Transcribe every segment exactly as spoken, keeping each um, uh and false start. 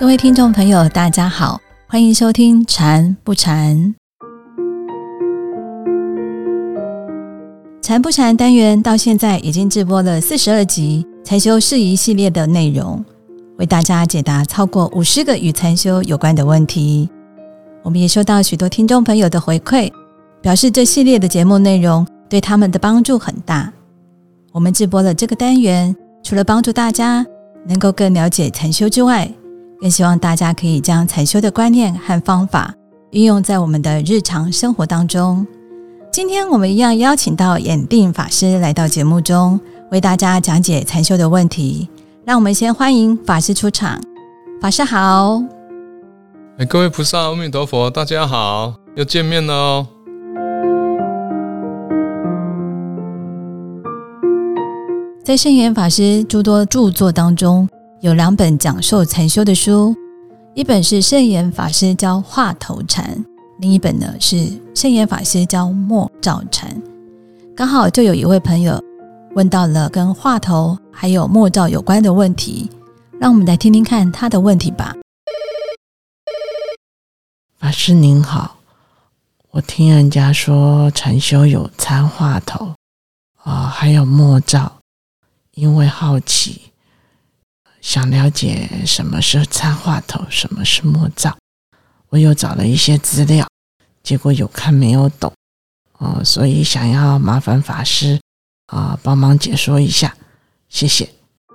各位听众朋友大家好，欢迎收听禅不禅。禅不禅单元到现在已经直播了四十二集禅修适宜系列的内容，为大家解答超过五十个与禅修有关的问题。我们也收到许多听众朋友的回馈，表示这系列的节目内容对他们的帮助很大。我们直播了这个单元，除了帮助大家能够更了解禅修之外，更希望大家可以将禅修的观念和方法运用在我们的日常生活当中。今天我们一样邀请到演定法师来到节目中，为大家讲解禅修的问题。让我们先欢迎法师出场。法师好。 哎，各位菩萨阿弥陀佛，大家好，又见面了哦。 在圣严法师诸多著作当中，有两本讲授禅修的书，一本是圣严法师教话头禅，另一本呢是圣严法师教默照禅。刚好就有一位朋友问到了跟话头还有默照有关的问题，让我们来听听看他的问题吧。 法师您好，我听人家说禅修有参话头、哦、还有默照，因为好奇想了解什么是参话头，什么是默照。我有找了一些资料，结果有看没有懂、哦、所以想要麻烦法师、哦、帮忙解说一下，谢谢。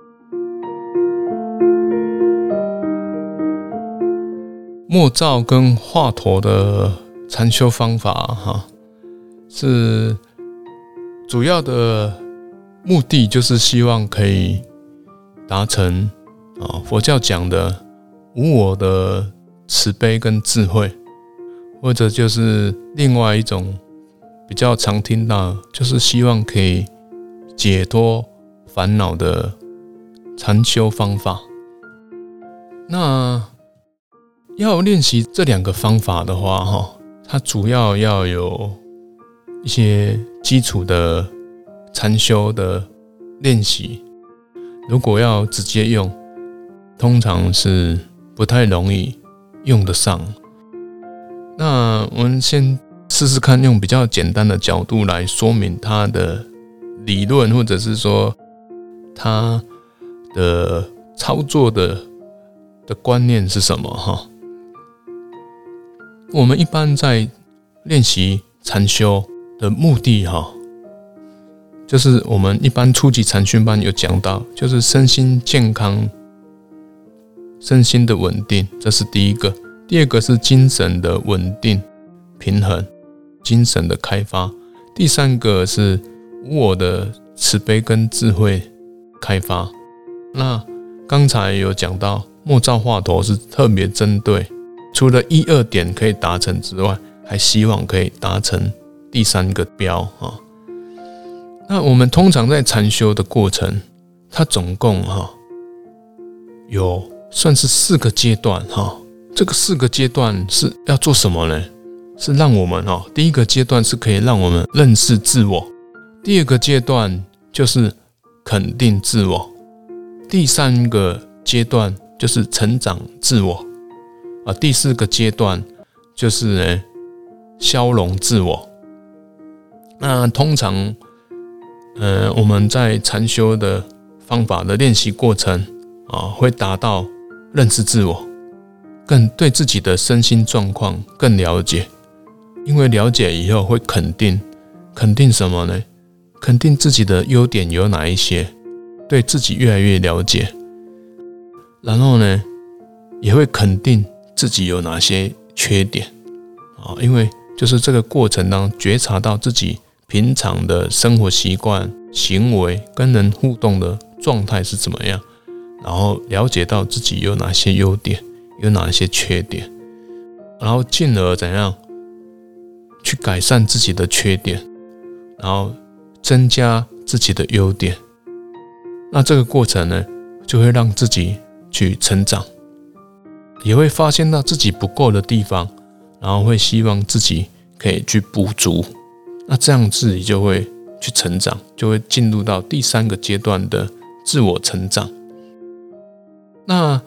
默照跟话头的禅修方法、啊、是主要的目的就是希望可以达成、啊、佛教讲的无我的慈悲跟智慧，或者就是另外一种比较常听到，就是希望可以解脱烦恼的禅修方法。那要练习这两个方法的话，它主要要有一些基础的禅修的练习，如果要直接用，通常是不太容易用得上。那我们先试试看，用比较简单的角度来说明它的理论，或者是说它的操作的的观念是什么哈。我们一般在练习禅修的目的哈，就是我们一般初级禅训班有讲到，就是身心健康、身心的稳定，这是第一个。第二个是精神的稳定、平衡，精神的开发。第三个是无我的慈悲跟智慧开发。那刚才有讲到默照话头是特别针对除了一二点可以达成之外，还希望可以达成第三个标、啊、那我们通常在禅修的过程，它总共、啊、有算是四个阶段、啊、这个四个阶段是要做什么呢？是让我们、啊、第一个阶段是可以让我们认识自我，第二个阶段就是肯定自我，第三个阶段就是成长自我，啊，第四个阶段就是呢消融自我。那通常，呃，我们在禅修的方法的练习过程啊，会达到认识自我，更对自己的身心状况更了解。因为了解以后会肯定，肯定什么呢？肯定自己的优点有哪一些，对自己越来越了解。然后呢，也会肯定自己有哪些缺点啊？因为就是这个过程当中觉察到自己平常的生活习惯、行为、跟人互动的状态是怎么样，然后了解到自己有哪些优点，有哪些缺点，然后进而怎样去改善自己的缺点，然后增加自己的优点。那这个过程呢，就会让自己去成长。也会发现到自己不够的地方，然后会希望自己可以去补足，那这样自己就会去成长，就会进入到第三个阶段的自我成长。那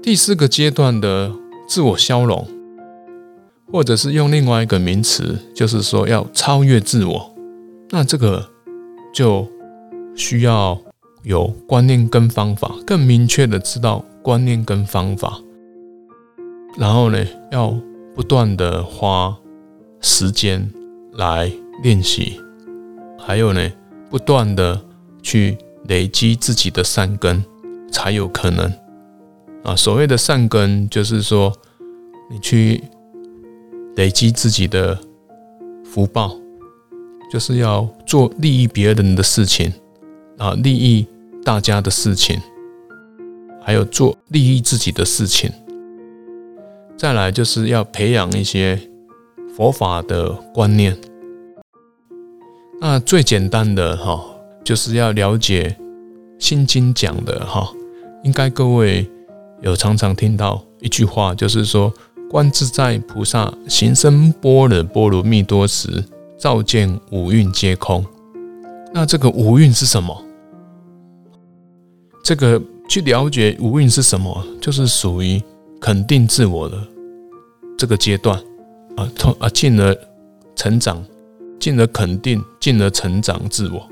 第四个阶段的自我消融，或者是用另外一个名词，就是说要超越自我，那这个就需要有观念跟方法，更明确的知道观念跟方法，然后呢，要不断的花时间来练习，还有呢，不断的去累积自己的善根，才有可能啊。所谓的善根，就是说你去累积自己的福报，就是要做利益别人的事情啊，利益大家的事情，还有做利益自己的事情。再来就是要培养一些佛法的观念。那最简单的哈，就是要了解心经讲的哈，应该各位有常常听到一句话，就是说观自在菩萨行深般若波罗蜜多时，照见五蕴皆空。那这个五蕴是什么？这个去了解五蕴是什么，就是属于肯定自我的这个阶段啊，啊，进而成长，进而肯定，进而成长自我。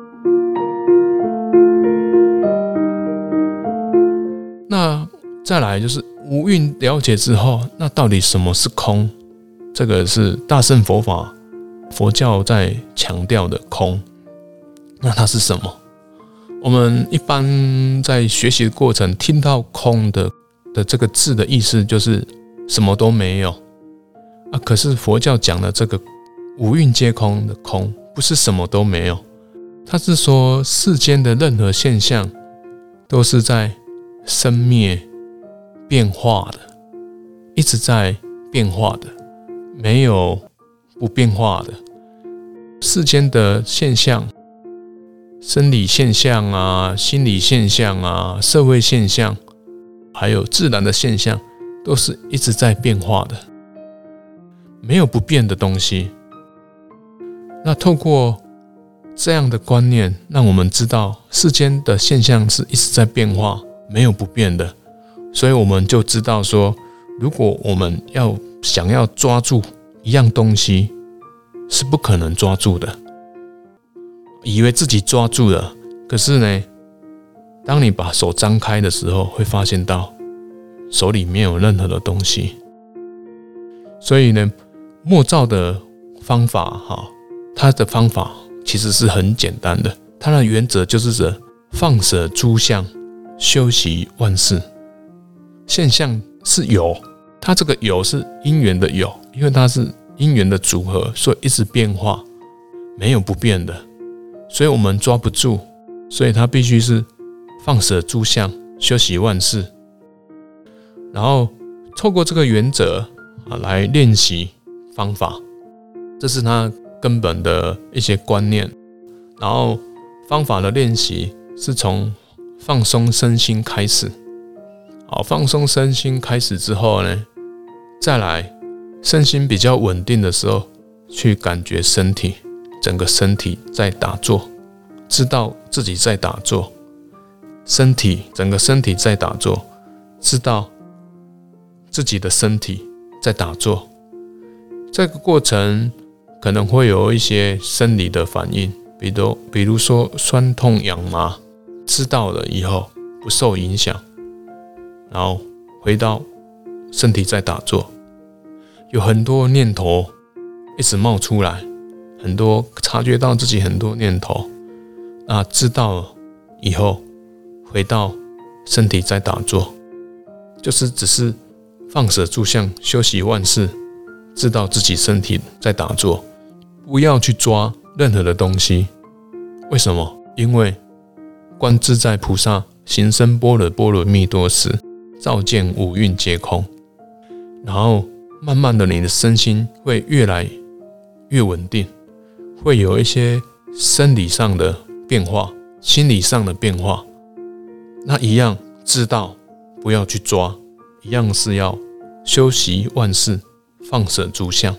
那再来就是五蕴了解之后，那到底什么是空？这个是大乘佛法佛教在强调的空。那它是什么？我们一般在学习的过程听到空的的这个字的意思就是什么都没有啊。可是佛教讲的这个五蕴皆空的空，不是什么都没有，它是说世间的任何现象都是在生灭变化的，一直在变化的，没有不变化的。世间的现象，生理现象啊，心理现象啊，社会现象，还有自然的现象，都是一直在变化的，没有不变的东西。那透过这样的观念，让我们知道世间的现象是一直在变化，没有不变的。所以我们就知道说，如果我们要想要抓住一样东西，是不可能抓住的。以为自己抓住了，可是呢，当你把手张开的时候，会发现到手里没有任何的东西。所以呢，默照的方法哈，它的方法其实是很简单的，它的原则就是放舍诸相，修习万事。现象是有，它这个有是因缘的有，因为它是因缘的组合，所以一直变化，没有不变的。所以我们抓不住，所以它必须是放舍诸相，修习万事，然后透过这个原则来练习方法，这是它根本的一些观念。然后方法的练习是从放松身心开始。好，放松身心开始之后呢，再来身心比较稳定的时候，去感觉身体，整个身体在打坐，知道自己在打坐，身体整个身体在打坐，知道自己的身体在打坐。这个过程可能会有一些生理的反应，比如比如说酸痛痒麻，知道了以后不受影响，然后回到身体在打坐。有很多念头一直冒出来，很多察觉到自己很多念头，啊，知道了以后回到身体在打坐，就是只是放舍诸相，修习万事，知道自己身体在打坐，不要去抓任何的东西。为什么？因为观自在菩萨行深般若波罗蜜多时，照见五蕴皆空。然后慢慢的，你的身心会越来越稳定，会有一些生理上的变化，心理上的变化。那一样知道，不要去抓，一样是要修习万事，放舍诸相。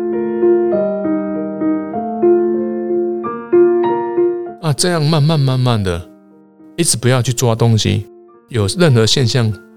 啊，这样慢慢慢慢的，一直不要去抓东西，有任何现象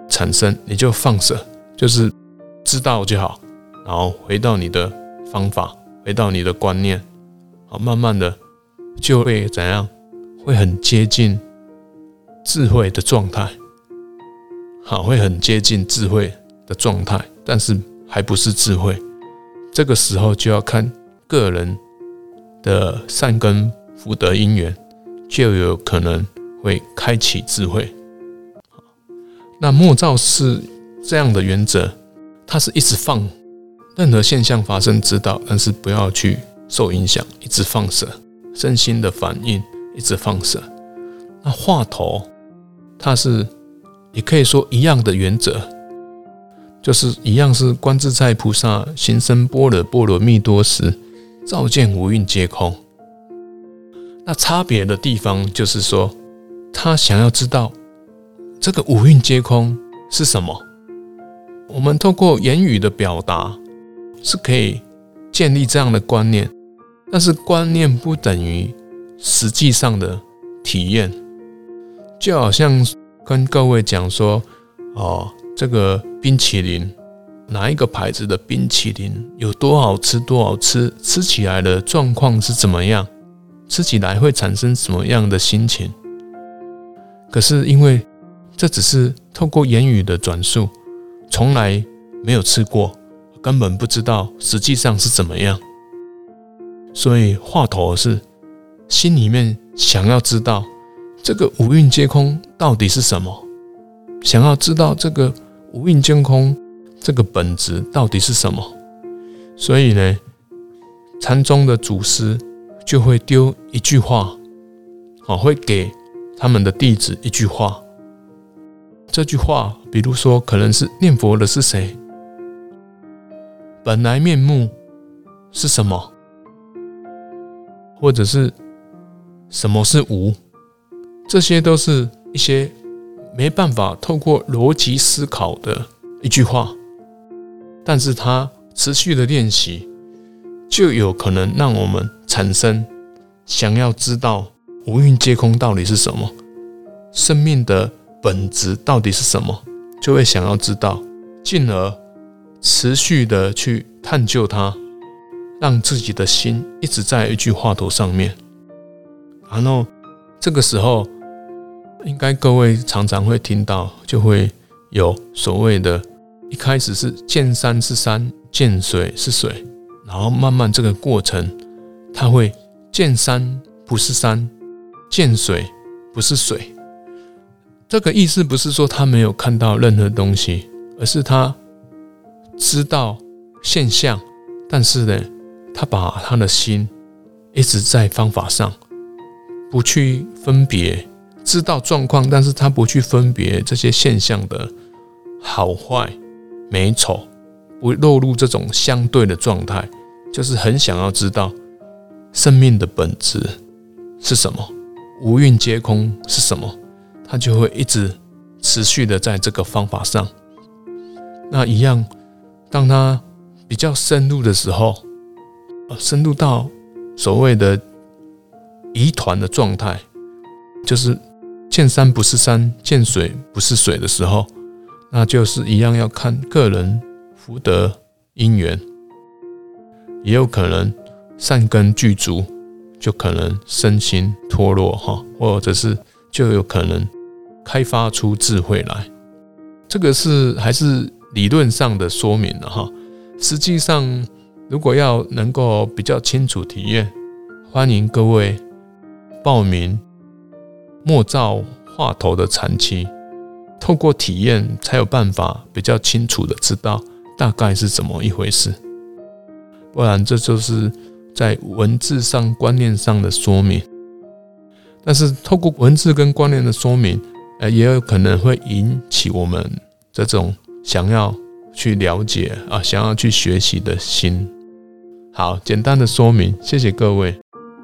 产生，你就放舍，就是知道就好，然后回到你的方法，回到你的观念，好，慢慢的就会怎样，会很接近智慧的状态，好，会很接近智慧的状态，但是还不是智慧。这个时候就要看个人的善根福德因缘，就有可能会开启智慧。那默照是这样的原则，它是一直放，任何现象发生知道，但是不要去受影响，一直放舍，身心的反应一直放舍。那话头，它是也可以说一样的原则，就是一样是观自在菩萨行深般若波罗蜜多时，照见五蕴皆空。那差别的地方就是说，他想要知道这个五蕴皆空是什么。我们透过言语的表达是可以建立这样的观念，但是观念不等于实际上的体验。就好像跟各位讲说，哦，这个冰淇淋，哪一个牌子的冰淇淋有多好吃多好吃，吃起来的状况是怎么样，吃起来会产生什么样的心情。可是因为这只是透过言语的转述，从来没有吃过，根本不知道实际上是怎么样，所以话头是心里面想要知道这个五蕴皆空到底是什么，想要知道这个五蕴皆空这个本质到底是什么。所以呢，禅宗的祖师就会丢一句话，会给他们的弟子一句话。这句话比如说可能是念佛的是谁，本来面目是什么，或者是什么是无，这些都是一些没办法透过逻辑思考的一句话，但是它持续的练习就有可能让我们产生想要知道五蕴皆空到底是什么，生命的本质到底是什么，就会想要知道，进而持续的去探究它，让自己的心一直在一句话头上面。然后这个时候应该各位常常会听到，就会有所谓的一开始是见山是山，见水是水，然后慢慢这个过程它会见山不是山，见水不是水。这个意思不是说他没有看到任何东西，而是他知道现象，但是呢，他把他的心一直在方法上，不去分别，知道状况，但是他不去分别这些现象的好坏美丑，不落入这种相对的状态，就是很想要知道生命的本质是什么，五蕴皆空是什么，他就会一直持续的在这个方法上。那一样，当他比较深入的时候，深入到所谓的疑团的状态，就是见山不是山，见水不是水的时候，那就是一样要看个人福德因缘，也有可能善根具足，就可能身心脱落，或者是就有可能开发出智慧来。这个是还是理论上的说明了哈。实际上如果要能够比较清楚体验，欢迎各位报名默照话头的禅期，透过体验才有办法比较清楚的知道大概是怎么一回事。不然这就是在文字上观念上的说明，但是透过文字跟观念的说明，也有可能会引起我们这种想要去了解啊，想要去学习的心。好，简单的说明，谢谢各位。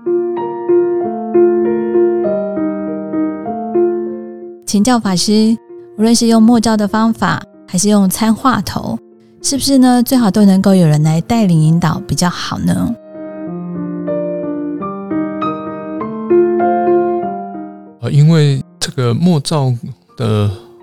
请教法师，无论是用默照的方法，还是用参话头，是不是呢？最好都能够有人来带领引导比较好呢？因为这个默照的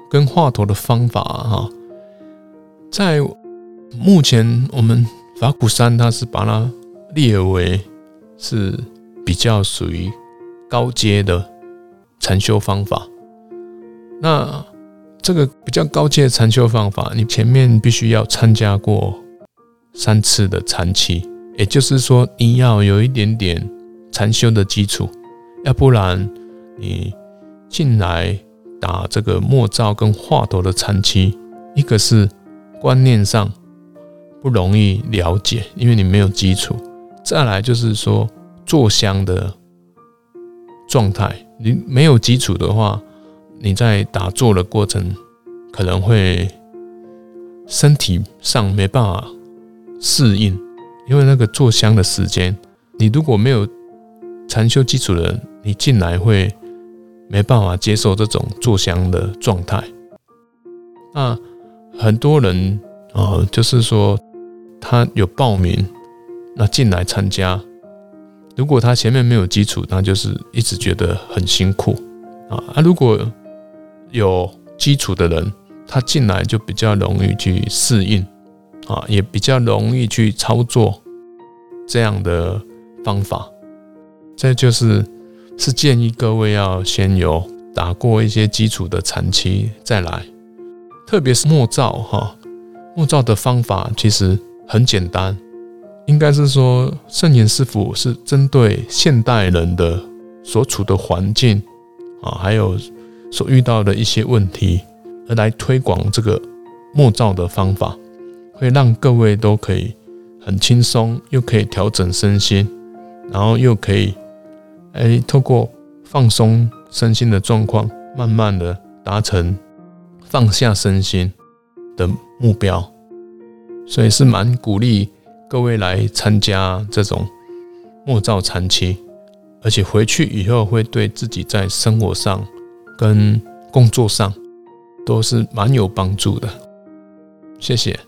跟华佗的方法哈，在目前我们法鼓山它是把它列为是比较属于高阶的禅修方法。那这个比较高阶的禅修方法，你前面必须要参加过三次的禅期，也就是说你要有一点点禅修的基础，要不然你进来打这个默照跟华佗的禅期，一个是观念上不容易了解，因为你没有基础；再来就是说坐香的状态，你没有基础的话，你在打坐的过程可能会身体上没办法适应，因为那个坐香的时间，你如果没有禅修基础的人，你进来会没办法接受这种坐香的状态。那很多人、呃、就是说他有报名，那进来参加，如果他前面没有基础，那就是一直觉得很辛苦啊。啊如果有基础的人，他进来就比较容易去适应啊，也比较容易去操作这样的方法。这就是是建议各位要先有打过一些基础的禅期再来，特别是默照哈，默照的方法其实很简单，应该是说圣严师父是针对现代人的所处的环境啊，还有所遇到的一些问题，而来推广这个默照的方法，会让各位都可以很轻松，又可以调整身心，然后又可以哎，透过放松身心的状况，慢慢的达成放下身心的目标。所以是蛮鼓励各位来参加这种默照禅期，而且回去以后会对自己在生活上跟工作上都是蛮有帮助的。谢谢。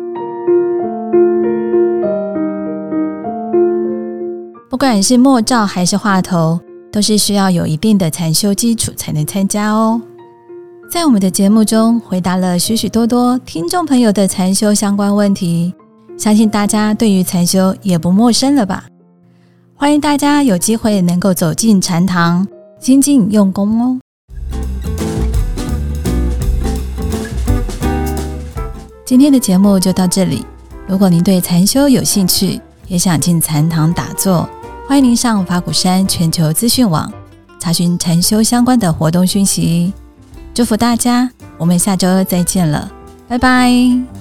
不管是默照还是华佗，都是需要有一定的禅修基础才能参加哦。在我们的节目中回答了许许多多听众朋友的禅修相关问题，相信大家对于禅修也不陌生了吧？欢迎大家有机会能够走进禅堂，精进用功哦。今天的节目就到这里，如果您对禅修有兴趣，也想进禅堂打坐，欢迎您上法鼓山全球资讯网查询禅修相关的活动讯息。祝福大家，我们下周再见了，拜拜。